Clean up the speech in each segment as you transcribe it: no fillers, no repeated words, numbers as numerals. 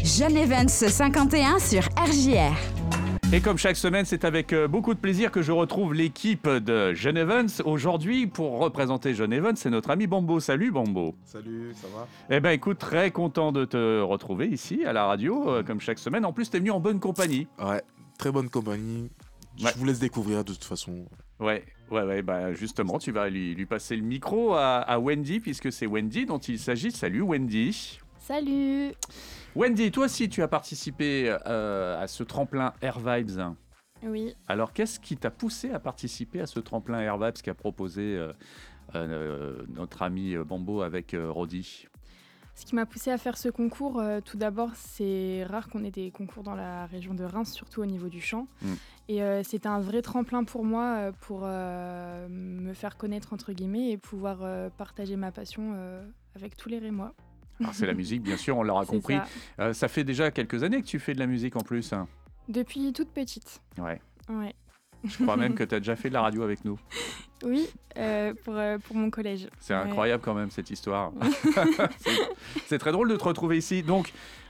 Jeune Events 51 sur RJR. Et comme chaque semaine, c'est avec beaucoup de plaisir que je retrouve l'équipe de Jeune Events. Aujourd'hui, pour représenter Jeune Events, c'est notre ami Bambo. Salut Bambo. Salut, ça va? Eh ben écoute, très content de te retrouver ici à la radio, comme chaque semaine. En plus, t'es venu en bonne compagnie. Ouais, très bonne compagnie. Ouais. Je vous laisse découvrir de toute façon. Ouais, bah justement, tu vas lui passer le micro à Wendy, puisque c'est Wendy dont il s'agit. Salut Wendy. Salut. Wendy, toi aussi, tu as participé à ce tremplin Air Vibes. Oui. Alors, qu'est-ce qui t'a poussé à participer à ce tremplin Air Vibes qu'a proposé notre ami Bambo avec Rodi? Ce qui m'a poussé à faire ce concours, tout d'abord, c'est rare qu'on ait des concours dans la région de Reims, surtout au niveau du chant. Et c'était un vrai tremplin pour moi, pour me faire connaître, entre guillemets, et pouvoir partager ma passion avec tous les Rémois. Alors, c'est la musique, bien sûr, on l'aura C'est compris. ça. Ça fait déjà quelques années que tu fais de la musique en plus. Depuis toute petite. Ouais. Ouais. Je crois même que tu as déjà fait de la radio avec nous. Oui, pour mon collège. C'est Ouais. incroyable quand même cette histoire. C'est très drôle de te retrouver ici. Donc,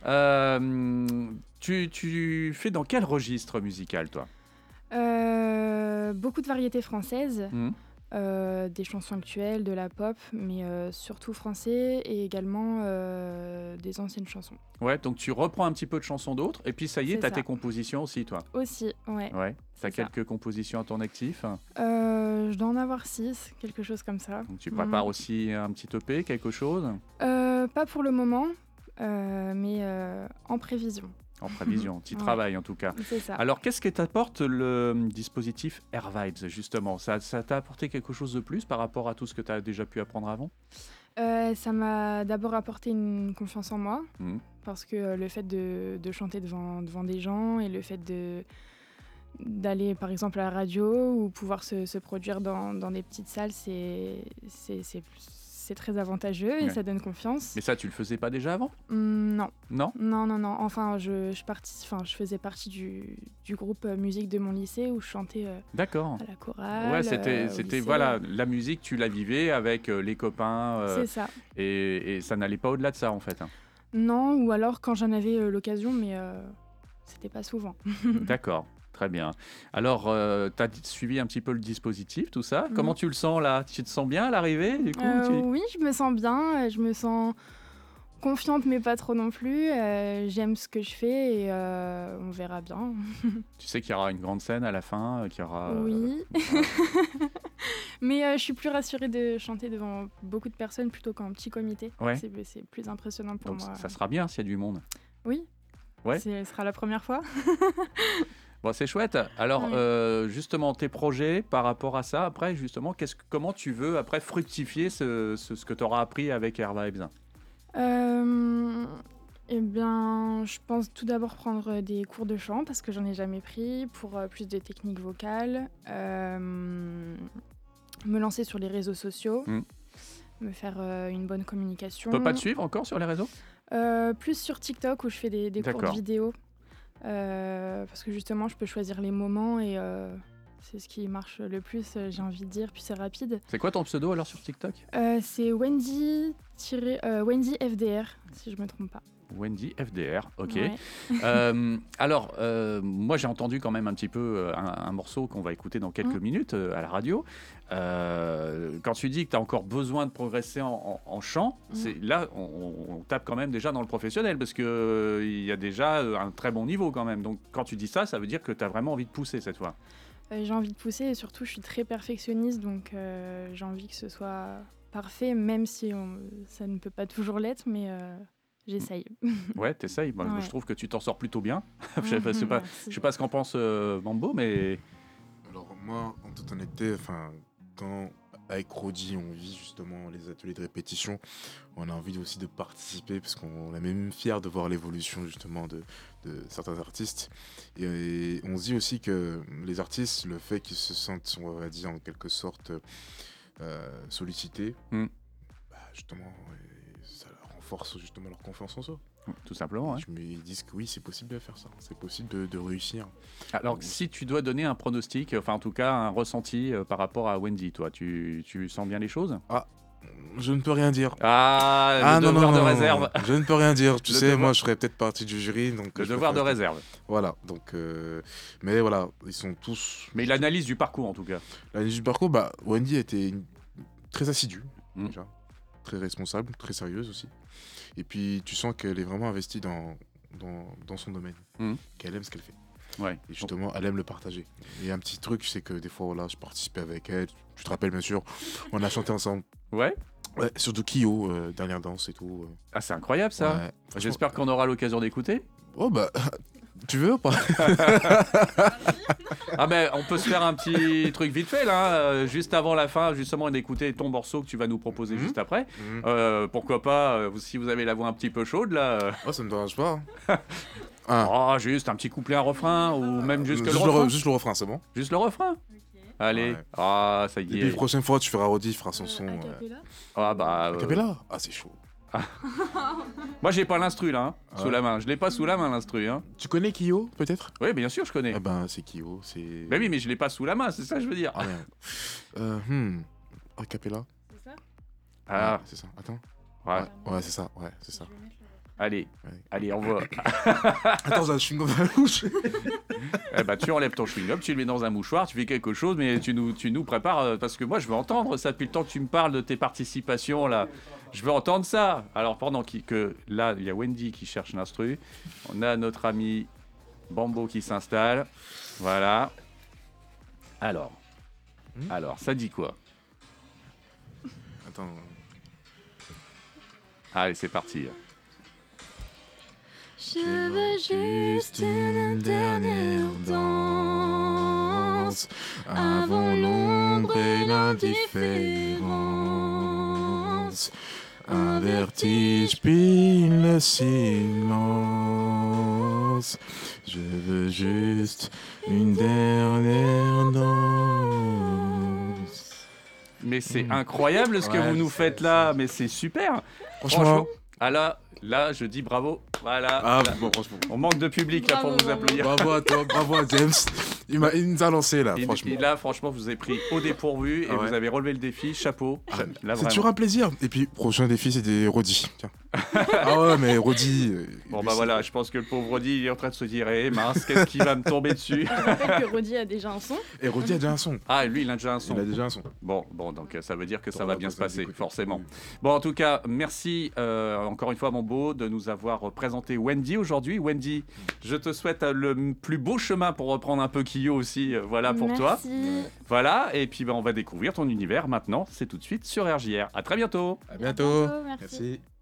tu fais dans quel registre musical, toi? Beaucoup de variétés françaises. Mhm. Des chansons actuelles, de la pop, mais surtout français et également des anciennes chansons. Ouais, donc tu reprends un petit peu de chansons d'autres, et puis ça y est, C'est tu as ça. tes compositions aussi, toi. Aussi, ouais. Ouais, tu as C'est ça. quelques compositions à ton actif. Je dois en avoir 6, quelque chose comme ça. Donc tu prépares aussi un petit EP, quelque chose, Pas pour le moment, mais en prévision. en prévision. Tu Ouais. travailles en tout cas. C'est ça. Alors, qu'est-ce que t'apporte le dispositif Air Vibes, justement? Ça t'a apporté quelque chose de plus par rapport à tout ce que tu as déjà pu apprendre avant? Ça m'a d'abord apporté une confiance en moi, Mhm. parce que le fait de chanter devant des gens et le fait d'aller par exemple à la radio ou pouvoir se produire dans des petites salles, c'est très avantageux et Ouais. ça donne confiance. Mais ça, tu le faisais pas déjà avant? Non. Non? Non. Enfin, je faisais partie du groupe musique de mon lycée où je chantais D'accord. à la chorale. Ouais, au c'était lycée. voilà, la musique, tu la vivais avec les copains, C'est ça. et ça n'allait pas au-delà de ça, en fait. Hein. Non, ou alors quand j'en avais l'occasion, mais c'était pas souvent. D'accord, très bien. Alors, tu as suivi un petit peu le dispositif, tout ça. Comment tu le sens, là? Tu te sens bien à l'arrivée, du coup? Oui, je me sens bien, je me sens confiante, mais pas trop non plus. J'aime ce que je fais et on verra bien. Tu sais qu'il y aura une grande scène à la fin, qu'il y aura... Oui. Mais je suis plus rassurée de chanter devant beaucoup de personnes plutôt qu'en petit comité. Ouais. C'est plus impressionnant pour Donc, moi. ça sera bien s'il y a du monde. Oui. Ouais. Ce sera la première fois. Bon, c'est chouette. Alors, justement, tes projets par rapport à ça, après, justement, comment tu veux, après, fructifier ce que tu auras appris avec Air Vibes? Eh bien, je pense tout d'abord prendre des cours de chant parce que j'en ai jamais pris pour plus de techniques vocales. Me lancer sur les réseaux sociaux. Me faire une bonne communication. Tu peux pas te suivre encore sur les réseaux? Plus sur TikTok où je fais des cours de vidéo. Parce que justement, je peux choisir les moments et c'est ce qui marche le plus, j'ai envie de dire. Puis c'est rapide. C'est quoi ton pseudo alors sur TikTok? C'est Wendy FDR, si je me trompe pas. Wendy FDR, ok. Ouais. Alors, moi j'ai entendu quand même un petit peu un morceau qu'on va écouter dans quelques minutes à la radio. Quand tu dis que tu as encore besoin de progresser en chant, là on tape quand même déjà dans le professionnel parce qu'il y a déjà un très bon niveau quand même. Donc quand tu dis ça, ça veut dire que tu as vraiment envie de pousser cette fois. J'ai envie de pousser et surtout je suis très perfectionniste, donc j'ai envie que ce soit parfait, même si ça ne peut pas toujours l'être, mais j'essaye. Ouais, t'essayes. Bon, Ouais. je trouve que tu t'en sors plutôt bien. Je sais pas ce qu'en pense Bambo, mais... Alors moi, en toute honnêteté, quand avec Rodi, on vit justement les ateliers de répétition, on a envie aussi de participer parce qu'on est même fiers de voir l'évolution justement de certains artistes. Et on se dit aussi que les artistes, le fait qu'ils se sentent, on va dire en quelque sorte, sollicités, justement, ça renforce justement leur confiance en soi. Tout simplement. Je me dis que oui, c'est possible de faire ça, c'est possible de réussir. Alors, si tu dois donner un pronostic, enfin en tout cas un ressenti par rapport à Wendy, toi, tu sens bien les choses? Je ne peux rien dire. Ah, le devoir de réserve. Je ne peux rien dire. Tu Le sais, devoir- moi, je ferais peut-être partie du jury. Donc, Le je devoir de préfère- réserve. Voilà. Donc, mais voilà, ils sont tous. Mais l'analyse du parcours, en tout cas. La du parcours, bah, Wendy était très assidue, Mm. déjà. Très responsable, très sérieuse aussi. Et puis, tu sens qu'elle est vraiment investie dans son domaine. Mm. Qu'elle aime ce qu'elle fait. Ouais. Et justement, elle aime le partager. Et un petit truc, c'est que des fois, voilà, je participais avec elle. Tu te rappelles, bien sûr, on a chanté ensemble. Ouais. Ouais, surtout Kyo, dernière danse et tout. Ah, c'est incroyable ça. Ouais, franchement- J'espère qu'on aura l'occasion d'écouter. Oh bah, tu veux ou pas? Ah ben, on peut se faire un petit truc vite fait là, juste avant la fin, justement, d'écouter ton morceau que tu vas nous proposer juste après. Pourquoi pas, si vous avez la voix un petit peu chaude là. Oh, ça me dérange pas. Ah. Oh, juste un petit couplet, un refrain, ou même juste que le Juste refrain. juste le refrain, c'est bon. Juste le refrain. Allez. Ouais. Ah, ça Et y puis, est. la prochaine fois, tu feras Roddy, il fera son son. Acapella Ah bah. Acapella. Ah, c'est chaud. Moi, j'ai pas l'instru là, hein, Ah sous ouais. la main. Je l'ai pas sous la main l'instru. Hein. Tu connais Kyo, peut-être? Oui, bien sûr, je connais. Ah ben, c'est Kyo, c'est... Ben oui, mais je l'ai pas sous la main, c'est ça que je veux dire. Ah merde. Acapella. C'est ça Ah, Ouais, c'est ça. Attends. ouais. Ouais, c'est ça. Ouais, c'est ça. Allez, Ouais. allez, on va. Attends, j'ai un chewing-gum dans la bouche. Eh ben, tu enlèves ton chewing-gum, tu le mets dans un mouchoir, tu fais quelque chose, mais tu nous prépares, parce que moi, je veux entendre ça depuis le temps que tu me parles de tes participations, là. Je veux entendre ça. Alors, pendant que là, il y a Wendy qui cherche l'instru, on a notre ami Bambo qui s'installe. Voilà. Alors, ça dit quoi? Attends. Allez, c'est parti. Je veux juste une dernière danse avant l'ombre et l'indifférence. Un vertige puis le silence. Je veux juste une dernière danse. Mais c'est incroyable ce que Ouais, vous nous je faites sais, là, mais c'est super. Franchement. Ah là, je dis bravo. Voilà. Ah, Là. bon, franchement. On manque de public là pour Bravo, vous applaudir. Bravo à toi, bravo à James. Il nous a lancé là, franchement. Et là, franchement, vous avez pris au dépourvu et Ah ouais. vous avez relevé le défi. Chapeau. Là, C'est vraiment. toujours un plaisir. Et puis, prochain défi, c'est des Roddy. Tiens. Ah ouais, mais Roddy. Bon, lui, bah c'est- voilà, je pense que le pauvre Roddy, il est en train de se dire, eh mince, qu'est-ce qui va me tomber dessus? Je rappelle que Roddy a déjà un son. Et Roddy a déjà un son. Ah, lui, il a déjà un Il son. a déjà un son. Bon, donc ça veut dire que ça Bon, va on bien va se passer, écouter. forcément. Bon, en tout cas, merci encore une fois, mon beau, de nous avoir présenté Wendy aujourd'hui. Wendy, je te souhaite le plus beau chemin pour reprendre un peu Kyo aussi, voilà, pour toi. Merci. Voilà, et puis on va découvrir ton univers maintenant, c'est tout de suite sur RJR. À très bientôt. À bientôt. Merci. Merci.